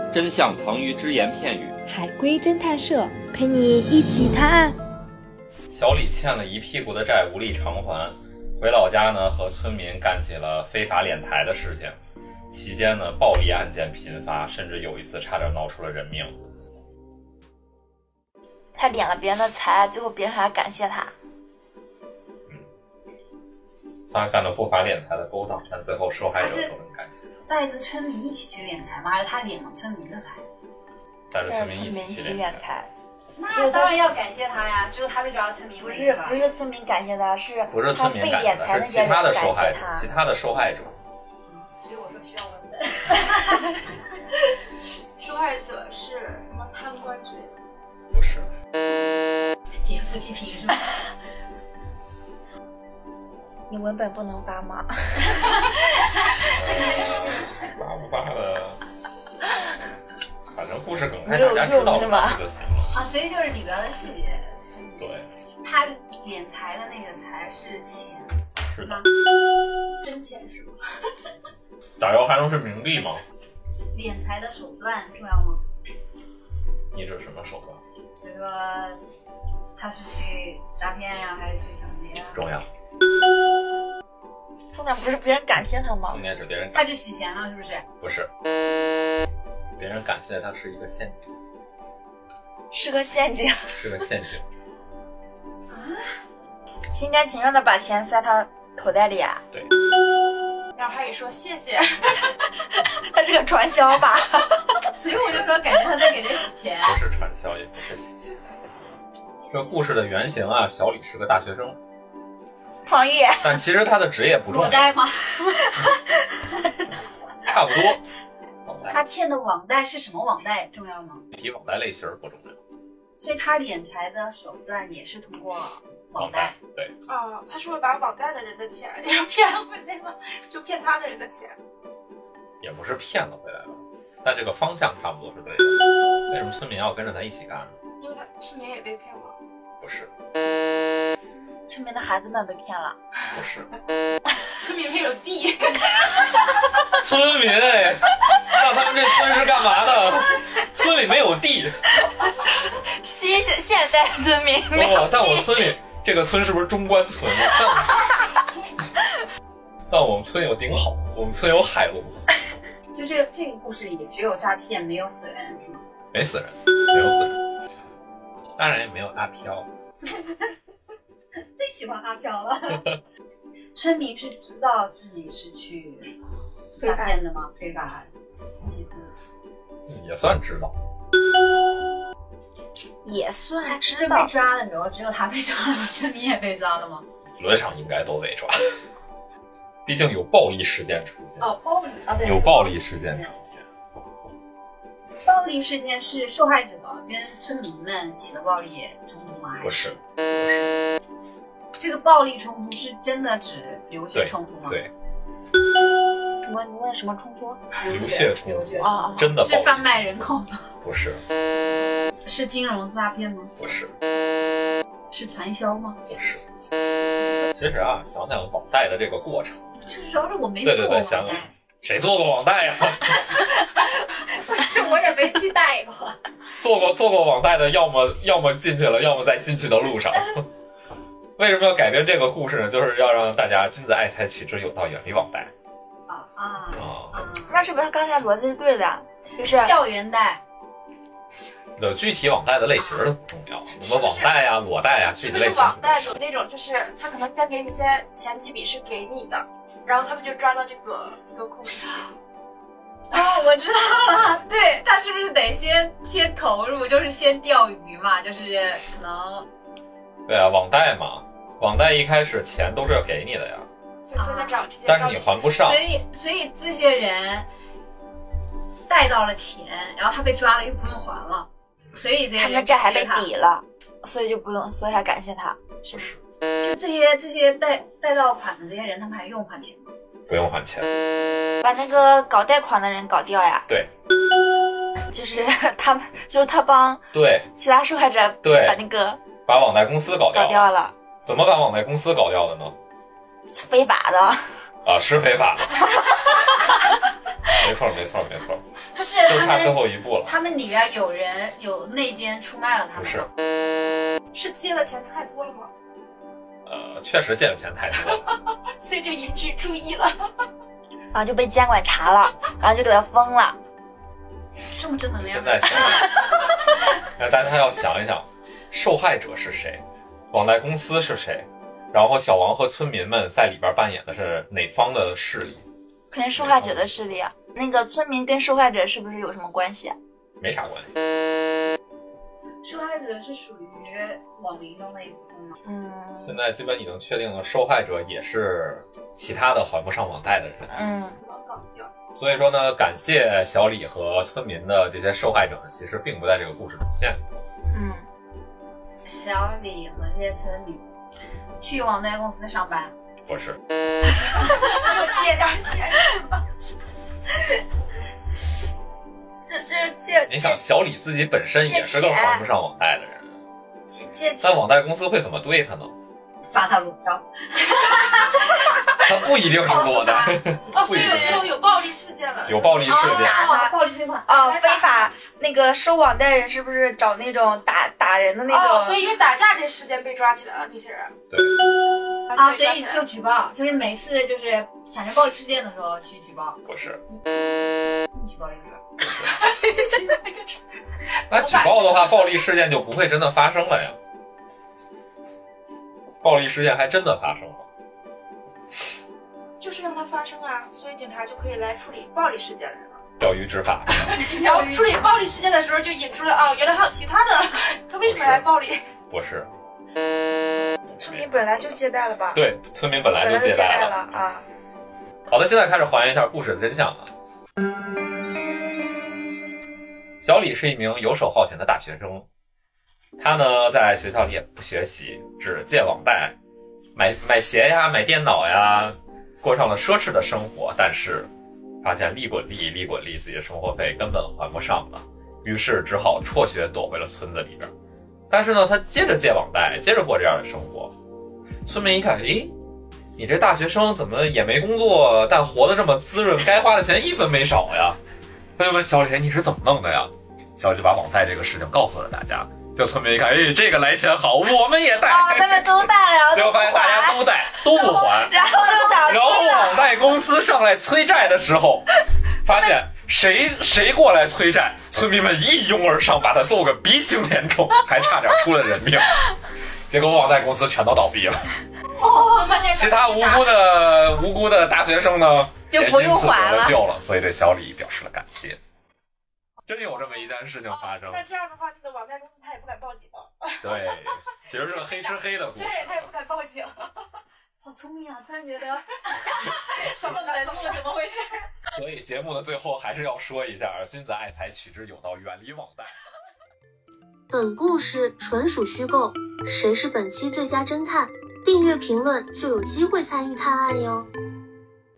真相藏于只言片语。 海龟侦探社陪你一起探案。 小李欠了一屁股的债无力偿还，回老家呢和村民干起了非法敛财的事情。期间呢，暴力案件频发，甚至有一次差点闹出了人命。 他敛了别人的财，最后别人还感谢他。 他干了不法敛财的勾当，但最后受害者都能感谢他。 带着村民一起去敛财吗？还是他敛了村民的财？ 带着村民一起去敛财。 那当然要感谢他呀！只有他被抓了，村民不是村民感谢他， 不是村民感谢他，是其他的受害者，其他的受害者。 所以我说需要问的。 受害者是什么贪官之类的？ 不是。 劫富济贫是吗？ 你文本不能发吗？ 发不发的，反正故事梗概大家知道了就行了啊。所以就是里边的细节。 对。 他敛财的那个财是钱。 是的。 真钱是吗？ 打油还能是冥币吗？ 敛财的手段重要吗？ 你指什么手段？ 比如说他是去诈骗呀，还是去抢劫呀？ 重要。 重点不是别人感谢他吗？ 重点是别人他去洗钱了，是不是？ 不是，别人感谢他是一个陷阱。 是个陷阱。 是个陷阱。 啊？ 心甘情愿的把钱塞他口袋里啊？ 对。 然后他也说谢谢。 他是个传销吧？ 所以我就说感觉他在给人洗钱。 不是传销，也不是洗钱。这个故事的原型啊，小李是个大学生。 创业， 但其实他的职业不重要。 裸贷吗？ 差不多。 他欠的网贷是什么网贷重要吗？ 具体网贷类型不重要。 所以他敛财的手段也是通过网贷。 对。 哦，他是不是把网贷的人的钱要骗回来了？就骗他的人的钱？ 也不是骗了回来了，但这个方向差不多是对的。为什么村民要跟着他一起干呢？ 因为他村民也被骗了。 不是。 村民的孩子们被骗了。 不是。 村民没有地。 村民哎，那他们这村是干嘛的？村里没有地。 现代村民没有地。 但我村里这个村是不是中关村？但我们村有顶好，我们村有海螺。 就这个故事里只有诈骗，没有死人是吗？ 没死人，没有死人。当然也没有阿飘。 最喜欢阿飘了。村民是知道自己是去诈骗的吗？非法集资也算知道。 也算知道。 被抓的时候，只有他被抓了吗？村民也被抓了吗？ 理论上应该都被抓。毕竟有暴力事件出现。 哦，暴力啊，对， 有暴力事件出现。 暴力事件是受害者跟村民们起的暴力冲突吗？ 不是。 这个暴力冲突是真的指流血冲突吗？ 对。 什么？你问什么冲突？ 流血冲突啊？ 真的是贩卖人口吗？ 不是。 是金融诈骗吗？ 不是。 是传销吗？ 不是。其实啊，想想网贷的这个过程， 就是主要是我没做过网贷。 想谁做过网贷呀？ 不是，我也没去贷过。 做过网贷的，要么进去了，要么在进去的路上。为什么要改编这个故事呢？就是要让大家君子爱财，取之有道，远离网贷。 那是不是刚才逻辑是对的？就是校园贷。 具体网贷的类型都不重要，什么网贷呀、裸贷呀，具体类型。 是网贷有那种，就是他可能先给你前几笔是给你的，然后他们就抓到这个一个空隙。 哦，我知道了，对，他是不是得先投入，就是先钓鱼嘛，就是可能。 对啊，网贷嘛，网贷一开始钱都是要给你的呀。 对，所以他找这些， 但是你还不上。 所以这些人贷到了钱，然后他被抓了又不用还了，所以这些人他们债还被抵了，所以就不用，所以还感谢他。 不是。 就这些贷到款的这些人，他们还用还钱吗？ 不用还钱。 把那个搞贷款的人搞掉呀。 对。 就是他帮对其他受害者把那个把网贷公司搞掉了。 怎么把网贷公司搞掉的呢？ 非法的。 啊，是非法的。没错。 就是就差最后一步了。 他们里边有内奸出卖了他们， 不是， 是借的钱太多了吗？ 确实借的钱太多了， 所以就引起注意了。 然后就被监管查了，然后就给他封了。 这么正能量。 现在想，那大家要想一想，受害者是谁，网贷公司是谁，然后小王和村民们在里边扮演的是哪方的势力？ 肯定受害者的势力啊。那个村民跟受害者是不是有什么关系啊？ 没啥关系。 受害者是属于网民中的一部分吗？ 现在基本已经确定了，受害者也是其他的还不上网贷的人。 老搞掉。 所以说呢，感谢小李和村民的这些受害者呢，其实并不在这个故事主线里。 小李和这些村民去网贷公司上班， 不是， 又借点钱。 这借你想，小李自己本身也是个还不上网贷的人， 借但网贷公司会怎么对他呢？ 发他裸照。 他不一定是裸的， 哦，所以有暴力事件了。 有暴力事件。 暴力催款。 非法那个收网贷人是不是找那种打人的那种？ 所以因为打架这事件被抓起来了，这些人。 对。 所以就举报，就是每次就是产生暴力事件的时候去举报。 不是。 你举报一个。 那举报的话，暴力事件就不会真的发生了呀。暴力事件还真的发生了。 就是让它发生啊，所以警察就可以来处理暴力事件了。 钓鱼执法。 然后处理暴力事件的时候，就引出了原来还有其他的，他为什么来暴力？ 不是。 村民本来就借贷了吧？ 对，村民本来就借贷了啊。 好的，现在开始还原一下故事的真相啊。小李是一名游手好闲的大学生，他呢在学校里也不学习，只借网贷，买鞋呀，买电脑呀，过上了奢侈的生活。但是发现利滚利，自己的生活费根本还不上了，于是只好辍学躲回了村子里边。但是呢，他接着借网贷，接着过这样的生活。村民一看，你这大学生怎么也没工作，但活得这么滋润，该花的钱一分没少呀？他就问小李，你是怎么弄的呀？小李就把网贷这个事情告诉了大家。就村民一看，这个来钱好，我们也贷。 他们都贷了， 结果发现大家都贷，都不还， 然后就倒闭了。 然后网贷公司上来催债的时候，发现谁过来催债，村民们一拥而上，把他揍个鼻青脸肿，还差点出了人命。结果网贷公司全都倒闭了。其他无辜的大学生呢， 就不用还了， 救了，所以对小李表示了感谢。真有这么一件事情发生。 那这样的话，那个网贷公司他也不敢报警。 对，其实是个黑吃黑的故事。 对，他也不敢报警。 好聪明啊！突然觉得什么来路怎么回事？ 所以节目的最后还是要说一下，君子爱财，取之有道，远离网贷。 本故事纯属虚构，谁是本期最佳侦探？订阅评论就有机会参与探案哟。